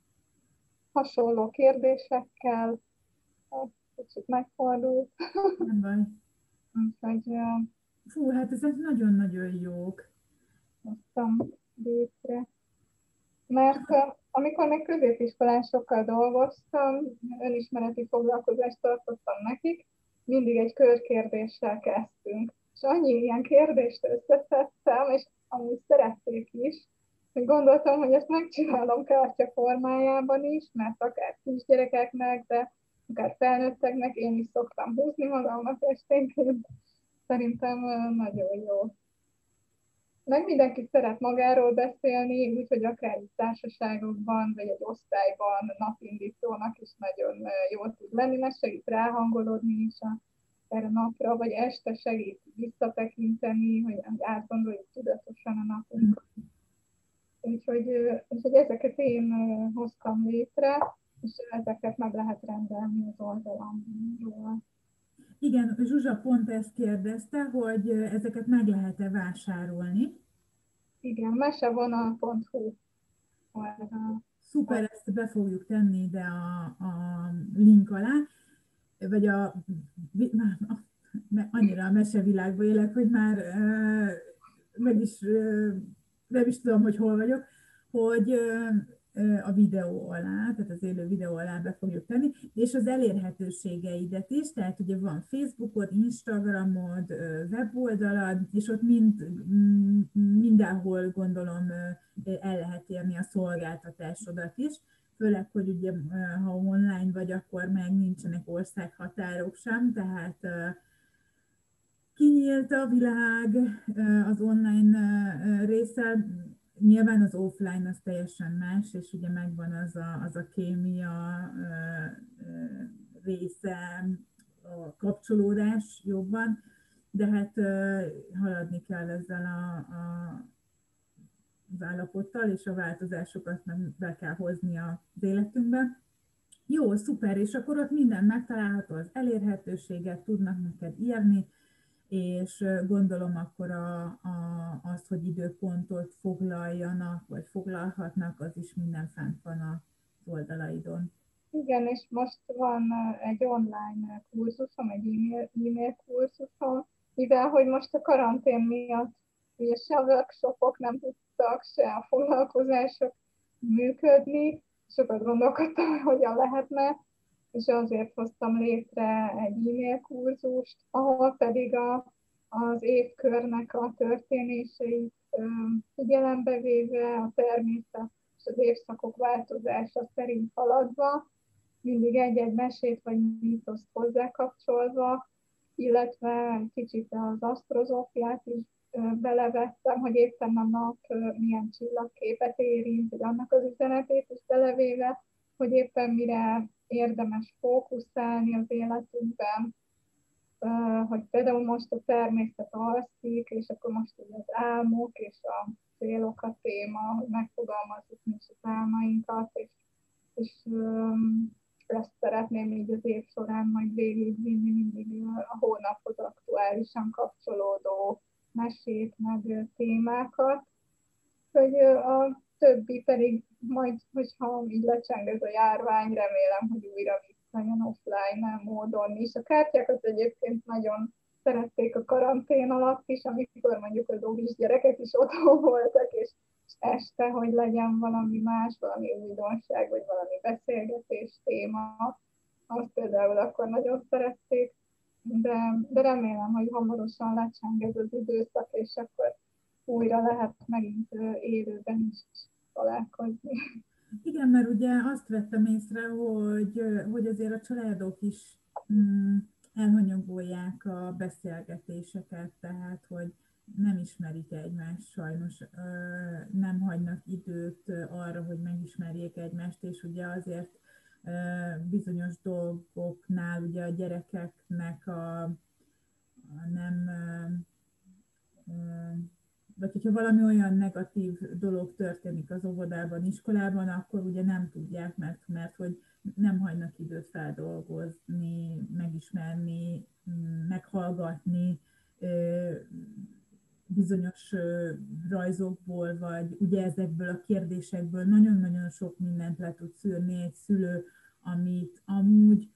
hasonló kérdésekkel, kicsit megfordult. Nem baj. Úgyhogy Fú, hát ezek nagyon-nagyon jók. hoztam létre. Mert amikor még középiskolásokkal dolgoztam, önismereti foglalkozást tartottam nekik, mindig egy körkérdéssel kezdtünk. És annyi ilyen kérdést összeszedtem, és amúgy szerették is, hogy gondoltam, hogy ezt megcsinálom kártya formájában is, mert akár kisgyerekeknek, de akár felnőtteknek én is szoktam húzni magamnak esténként. Szerintem nagyon jó. Meg mindenki szeret magáról beszélni, úgyhogy akár itt társaságokban, vagy egy osztályban napindítónak is nagyon jól tud lenni, mert segít ráhangolódni is a, erre a napra, vagy este segít visszatekinteni, hogy átgondoljuk tudatosan a napunkat. Úgyhogy, úgyhogy ezeket én hoztam létre, és ezeket meg lehet rendelni az oldalamról. Igen, Zsuzsa pont ezt kérdezte, hogy ezeket meg lehet-e vásárolni. Igen, mesevonal pont hu oldal. Szuper, ezt be fogjuk tenni ide a, a link alá, vagy a, a annyira a mesevilágban élek, hogy már uh, meg is, uh, nem is tudom, hogy hol vagyok, hogy uh, a videó alá, tehát az élő videó alá be fogjuk tenni, és az elérhetőségeidet is, tehát ugye van Facebookod, Instagramod, weboldalad, és ott mind, mindenhol gondolom el lehet érni a szolgáltatásodat is, főleg, hogy ugye ha online vagy, akkor meg nincsenek országhatárok sem, tehát kinyílt a világ az online része, nyilván az offline az teljesen más, és ugye megvan az a, az a kémia része, a kapcsolódás jobban, de hát haladni kell ezzel a, a az állapottal, és a változásokat meg be kell hozni az életünkbe. Jó, szuper, és akkor ott minden megtalálható, az elérhetőséget tudnak neked írni, és gondolom akkor a, a, az, hogy időpontot foglaljanak, vagy foglalhatnak, az is minden fent van az oldalaidon. Igen, és most van egy online kurzusom, egy e-mail, e-mail kurzusom, mivel hogy most a karantén miatt ugye se a workshopok nem tudtak, se a foglalkozások működni, sokat gondolkodtam, hogy hogyan lehetne, és azért hoztam létre egy e-mail kurzust, ahol pedig a, az évkörnek a történéseit figyelembe véve, a természet és az évszakok változása szerint haladva, mindig egy-egy mesét vagy mítoszt hozzákapcsolva, illetve kicsit az asztrozófiát is belevettem, hogy éppen a nap milyen csillagképet érint, hogy annak az üzenetét is belevéve, hogy éppen mire érdemes fókuszálni az életünkben, hogy például most a természet alszik, és akkor most ugye az álmok és a célok a téma, hogy megfogalmazzuk mi is az álmainkat, és, és um, ezt szeretném így az év során majd végigvinni mindig a hónaphoz aktuálisan kapcsolódó mesét, meg témákat, hogy a többi pedig majd, hogyha így lecseng ez a járvány, remélem, hogy újra visszajön offline módon is. A kártyákat egyébként nagyon szerették a karantén alatt is, amikor mondjuk az óvis gyerekek is otthon voltak, és este, hogy legyen valami más, valami újdonság, vagy valami beszélgetés téma, azt például akkor nagyon szerették, de, de remélem, hogy hamarosan lecseng ez az időszak, és akkor újra lehet megint élőben is találkozni. Igen, mert ugye azt vettem észre, hogy, hogy azért a családok is mm, elhanyagolják a beszélgetéseket, tehát hogy nem ismerik egymást, sajnos nem hagynak időt arra, hogy megismerjék egymást, és ugye azért bizonyos dolgoknál ugye a gyerekeknek a, a nem vagy hogyha valami olyan negatív dolog történik az óvodában, iskolában, akkor ugye nem tudják, mert, mert hogy nem hagynak időt feldolgozni, megismerni, meghallgatni bizonyos rajzokból, vagy ugye ezekből a kérdésekből nagyon-nagyon sok mindent le tud szűrni egy szülő, amit amúgy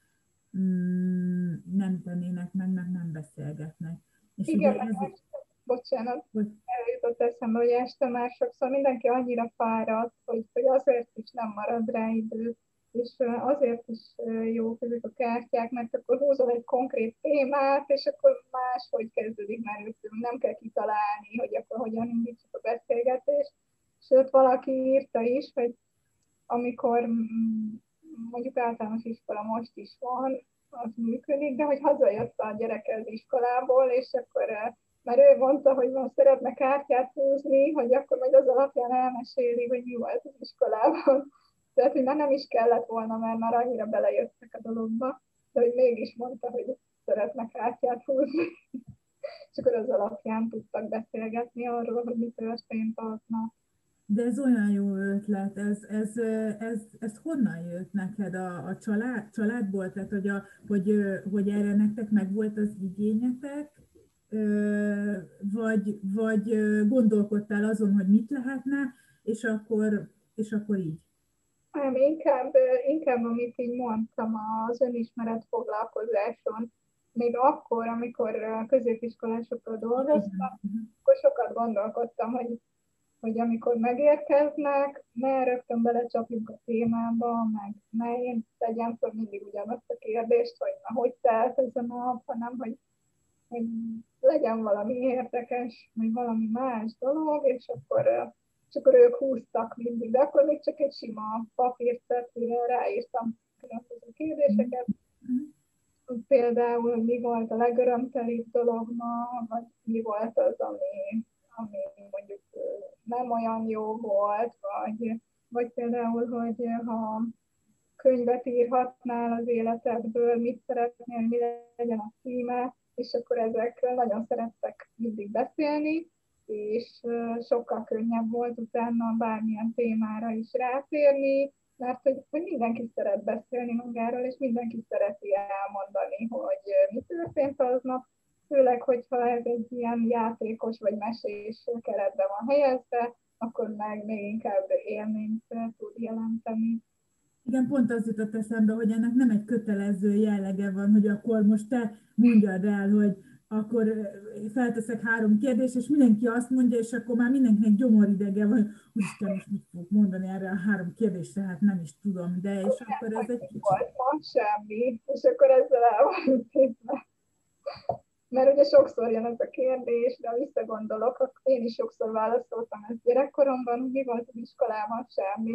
nem tennének meg, mert nem beszélgetnek. És igen, ugye ez... bocsánat, eljutott eszembe, hogy este már sokszor mindenki annyira fáradt, hogy, hogy azért is nem marad rá idő, és azért is jók ezek a kártyák, mert akkor húzol egy konkrét témát, és akkor máshogy kezdődik, mert nem kell kitalálni, hogy akkor hogyan indítsuk a beszélgetést. Sőt, valaki írta is, hogy amikor mondjuk általános iskola most is van, az működik, de hogy hazajött a gyereke az iskolából, és akkor mert ő mondta, hogy most szeretne kártyát húzni, hogy akkor majd az alapján elmeséli, hogy mi volt az iskolában. Tehát, hogy már nem is kellett volna, mert már annyira belejöttek a dologba, de hogy mégis mondta, hogy szeretne kártyát húzni. És akkor az alapján tudtak beszélgetni arról, hogy mi történt aznap. De ez olyan jó ötlet, ez, ez, ez, ez honnan jött neked a, a család, családból? Tehát, hogy, a, hogy, hogy erre nektek meg volt az igényetek, vagy, vagy gondolkodtál azon, hogy mit lehetne, és akkor, és akkor így? Nem, inkább, inkább, amit így mondtam az önismeret foglalkozáson, még akkor, amikor középiskolásokkal dolgoztam, akkor sokat gondolkodtam, hogy, hogy amikor megérkeznek, ne rögtön belecsapjunk a témába, meg ne én tegyem fel mindig ugyanazt a kérdést, hogy na, hogy telt ez a nap, hanem hogy, hogy legyen valami érdekes, vagy valami más dolog, és akkor és akkor ők húztak mindig, de akkor még csak egy sima papírcetire ráírtam különböző kérdéseket. Mm-hmm. Például, hogy mi volt a legörömtelibb dolog ma, vagy mi volt az, ami, ami mondjuk nem olyan jó volt, vagy, vagy például, hogy ha könyvet írhatnál az életedből, mit szeretnél, mi legyen a címe, és akkor ezekről nagyon szerettek mindig beszélni, és sokkal könnyebb volt utána bármilyen témára is rátérni, mert hogy, hogy mindenki szeret beszélni magáról, és mindenki szereti elmondani, hogy mi történt aznap, főleg, hogyha ez egy ilyen játékos vagy mesés keretben van helyezve, akkor meg még inkább élményt tud jelenteni. Igen, pont az jutott eszembe, hogy ennek nem egy kötelező jellege van, hogy akkor most te mondjad el, hogy akkor felteszek három kérdést, és mindenki azt mondja, és akkor már mindenkinek gyomoridege van, úristen, most mit fogok mondani erre a három kérdésre, hát nem is tudom, de és nem, akkor ez egy kicsit... Volt ma semmi, és akkor ezzel el van intézve. Mert ugye sokszor jön ez a kérdés, de visszagondolok, akkor én is sokszor válaszoltam ezt gyerekkoromban, hogy mi volt az iskolában, semmi.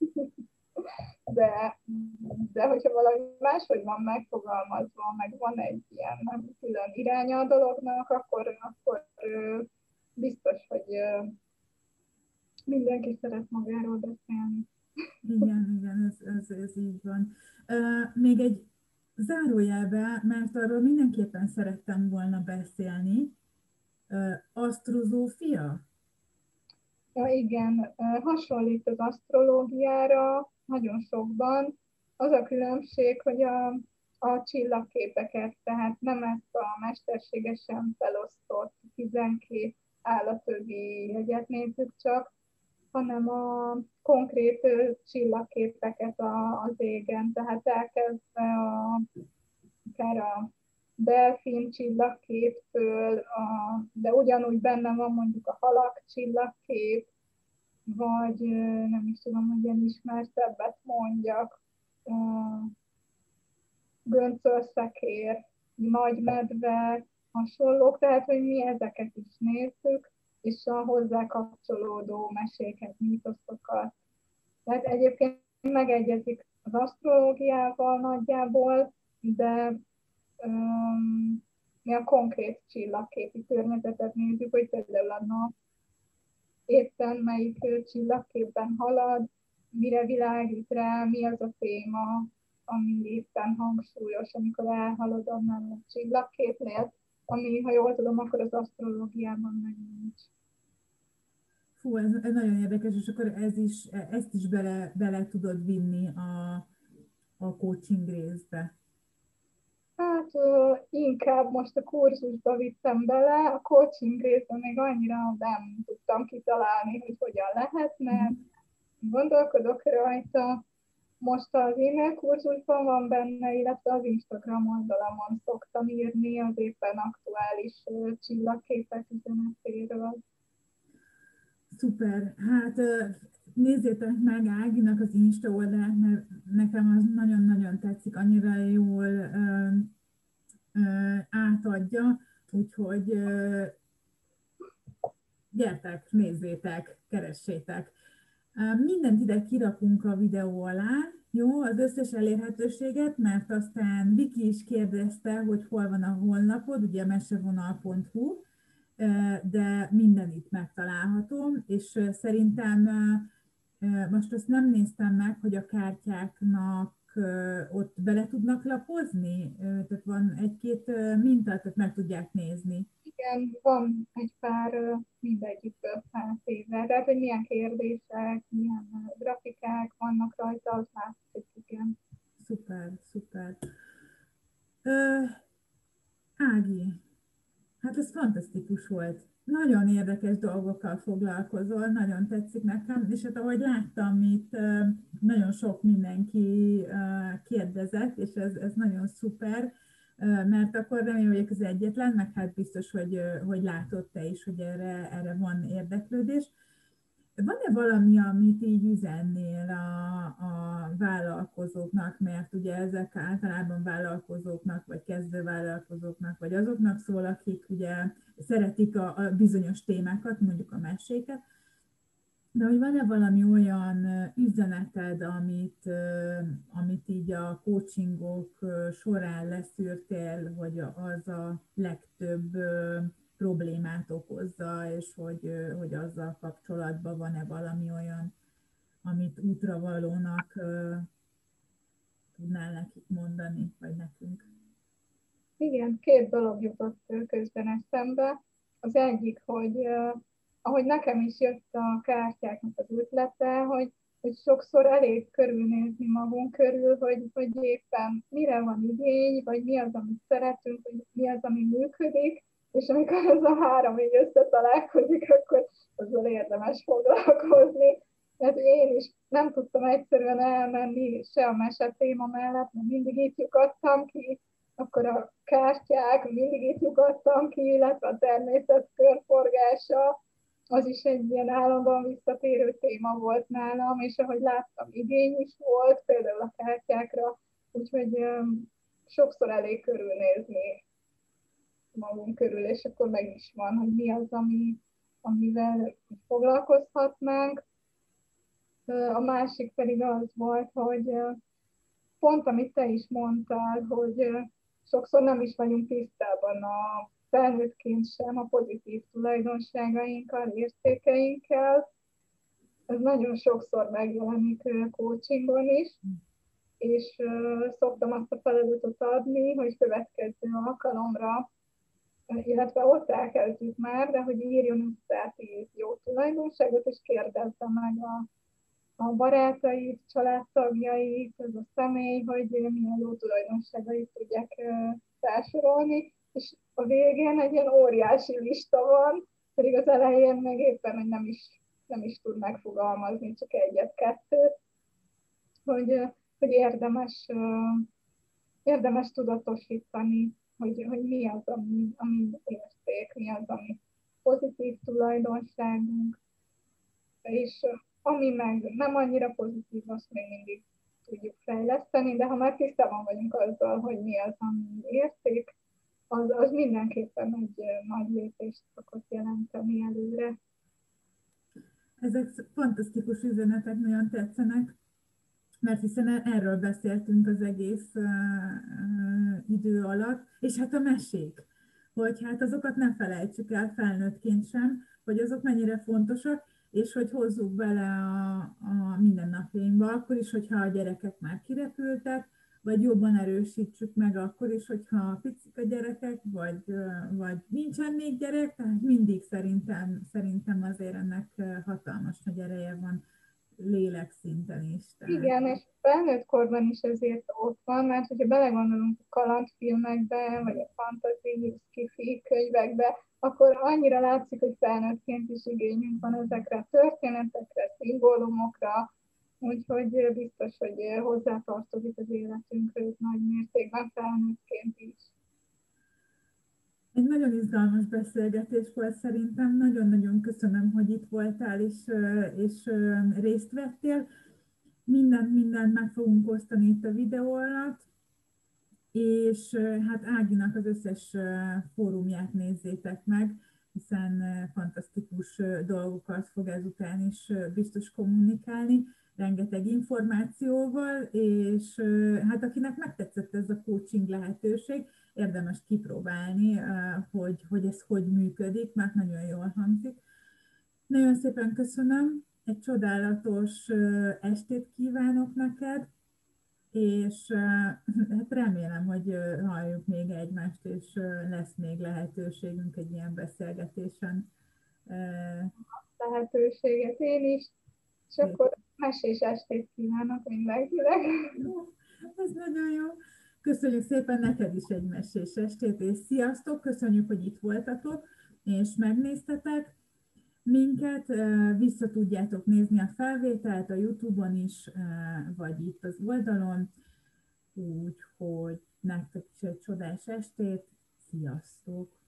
De, de hogyha valami máshogy van megfogalmazva, meg van egy ilyen nem külön iránya a dolognak, akkor, akkor biztos, hogy mindenki szeret magáról beszélni. Igen, igen, ez, ez, ez így van. Még egy zárójelbe, mert arról mindenképpen szerettem volna beszélni, asztrozófia? Ja, igen, hasonlít az asztrológiára nagyon sokban. Az a különbség, hogy a, a csillagképeket, tehát nem ezt a mesterségesen felosztott tizenkét állatövi jegyet nézzük csak, hanem a konkrét csillagképeket a, az égen. Tehát elkezdve a, akár a delfin csillagképtől, a, de ugyanúgy benne van mondjuk a halak csillagkép, vagy nem is tudom, hogy ilyen ismertebbet mondjak, göncölszekér, nagy medve, hasonlók, tehát hogy mi ezeket is nézzük, és a hozzá kapcsolódó meséket, mítoszokat. Tehát egyébként megegyezik az asztrológiával nagyjából, de um, mi a konkrét csillagképi környezetet nézzük, hogy például a nap éppen melyik csillagképben halad, mire világít rá, mi az a téma, ami éppen hangsúlyos, amikor elhalad annál a csillagképnél, ami, ha jól tudom, akkor az asztrológiában meg nincs. Fú, ez, ez nagyon érdekes, és akkor ez is, ezt is bele, bele tudod vinni a, a coaching részbe. Hát inkább most a kurzusba vittem bele, a coaching részben még annyira nem tudtam kitalálni, hogy hogyan lehetne. Gondolkodok rajta. Most az e-mail kurzusban van benne, illetve az Instagram oldalamon szoktam írni az éppen aktuális csillagképek üzenetéről. Szuper, hát nézzétek meg Áginak az Insta oldalát, mert nekem az nagyon-nagyon tetszik, annyira jól ö, ö, átadja, úgyhogy ö, gyertek, nézzétek, keressétek. Mindent ide kirakunk a videó alá, jó, az összes elérhetőséget, mert aztán Viki is kérdezte, hogy hol van a honlapod, ugye mesevonal pont hu, de minden itt megtalálható, és szerintem most azt nem néztem meg, hogy a kártyáknak ott bele tudnak lapozni, tehát van egy-két minta, tehát meg tudják nézni. Igen, van egy pár mindegyikből feltéve, tehát hogy milyen kérdések, milyen grafikák vannak rajta, az látszik, igen. Szuper, szuper. Uh, Ági, hát ez fantasztikus volt. Nagyon érdekes dolgokkal foglalkozol, nagyon tetszik nekem, és hát ahogy láttam, itt nagyon sok mindenki kérdezett, és ez, ez nagyon szuper, mert akkor remélem vagyok az egyetlen, meg hát biztos, hogy, hogy látod te is, hogy erre, erre van érdeklődés. Van-e valami, amit így üzennél a, a vállalkozóknak, mert ugye ezek általában vállalkozóknak, vagy kezdővállalkozóknak, vagy azoknak szól, akik ugye szeretik a, a bizonyos témákat, mondjuk a meséket, de hogy van-e valami olyan üzeneted, amit, amit így a coachingok során leszűrtél, hogy az a legtöbb problémát okozza, és hogy, hogy azzal kapcsolatban van-e valami olyan, amit útravalónak tudnál nekik mondani, vagy nekünk? Igen, két dolog jutott közben eszembe. Az egyik, hogy ahogy nekem is jött a kártyáknak az ötlete, hogy, hogy sokszor elég körülnézni magunk körül, hogy, hogy éppen mire van igény, vagy mi az, amit szeretünk, vagy mi az, ami működik, és amikor ez a három így összetalálkozik, akkor azzal érdemes foglalkozni. Tehát én is nem tudtam egyszerűen elmenni se a mese téma mellett, mert mindig itt lyukadtam ki, akkor a kártyák, mindig itt lyukadtam ki, illetve a természet körforgása, az is egy ilyen állandóan visszatérő téma volt nálam, és ahogy láttam, igény is volt, például a kártyákra, úgyhogy um, sokszor elég körülnézni magunk körül, és akkor meg is van, hogy mi az, ami, amivel foglalkozhatnánk. A másik pedig az volt, hogy pont amit te is mondtál, hogy sokszor nem is vagyunk tisztában a felnőttként sem a pozitív tulajdonságainkkal, értékeinkkel. Ez nagyon sokszor megjelenik coachingon is, és szoktam azt a feladatot adni, hogy következő alkalomra illetve ott elkezdjük már, de hogy írjon össze tíz jó tulajdonságot, és kérdezze meg a, a barátait, családtagjait, az a személy, hogy milyen jó tulajdonságait tudják felsorolni, és a végén egy ilyen óriási lista van, pedig az elején meg éppen, hogy nem is, nem is tud megfogalmazni, csak egyet-kettőt, hogy, hogy érdemes, érdemes tudatosítani, hogy, hogy mi az, ami, ami érték, mi az, ami pozitív tulajdonságunk, és ami meg nem annyira pozitív, azt még mindig tudjuk fejleszteni, de ha már tisztában vagyunk azzal, hogy mi az, ami érték, az, az mindenképpen egy nagy lépést szokott jelenteni előre. Ezek fantasztikus üzenetek, nagyon tetszenek, mert hiszen erről beszéltünk az egész uh, uh, idő alatt, és hát a mesék, hogy hát azokat ne felejtsük el felnőttként sem, hogy azok mennyire fontosak, és hogy hozzuk bele a, a mindennapjainkba, akkor is, hogyha a gyerekek már kirepültek, vagy jobban erősítsük meg akkor is, hogyha picik a gyerekek, vagy, vagy nincsen még gyerek, tehát mindig szerintem, szerintem azért ennek hatalmas nagy ereje van lélekszinten is. Tehát. Igen, és felnőtt korban is ezért ott van, mert hogyha belegondolunk a kalandfilmekbe, vagy a fantasy, sci-fi könyvekbe, akkor annyira látszik, hogy felnőttként is igényünk van ezekre a történetekre, szimbólumokra, úgyhogy biztos, hogy hozzátartozik az életünkhöz nagy mértékben felnőttként is. Egy nagyon izgalmas beszélgetés volt szerintem. Nagyon-nagyon köszönöm, hogy itt voltál és, és részt vettél. Mindent, mindent meg fogunk osztani itt a videó alatt, és hát Áginak az összes fórumját nézzétek meg, hiszen fantasztikus dolgokat fog ezután is biztos kommunikálni, rengeteg információval, és hát akinek megtetszett ez a coaching lehetőség, érdemes kipróbálni, hogy, hogy ez hogy működik, mert nagyon jól hangzik. Nagyon szépen köszönöm, egy csodálatos estét kívánok neked, és hát remélem, hogy halljuk még egymást, és lesz még lehetőségünk egy ilyen beszélgetésen. Lehetőséget én is, és akkor mesés estét kívánok mindenkinek. Ez nagyon jó. Köszönjük szépen neked is egy mesés estét, és sziasztok! Köszönjük, hogy itt voltatok, és megnéztetek minket, vissza tudjátok nézni a felvételt a YouTube-on is, vagy itt az oldalon, úgyhogy nektek is egy csodás estét, sziasztok!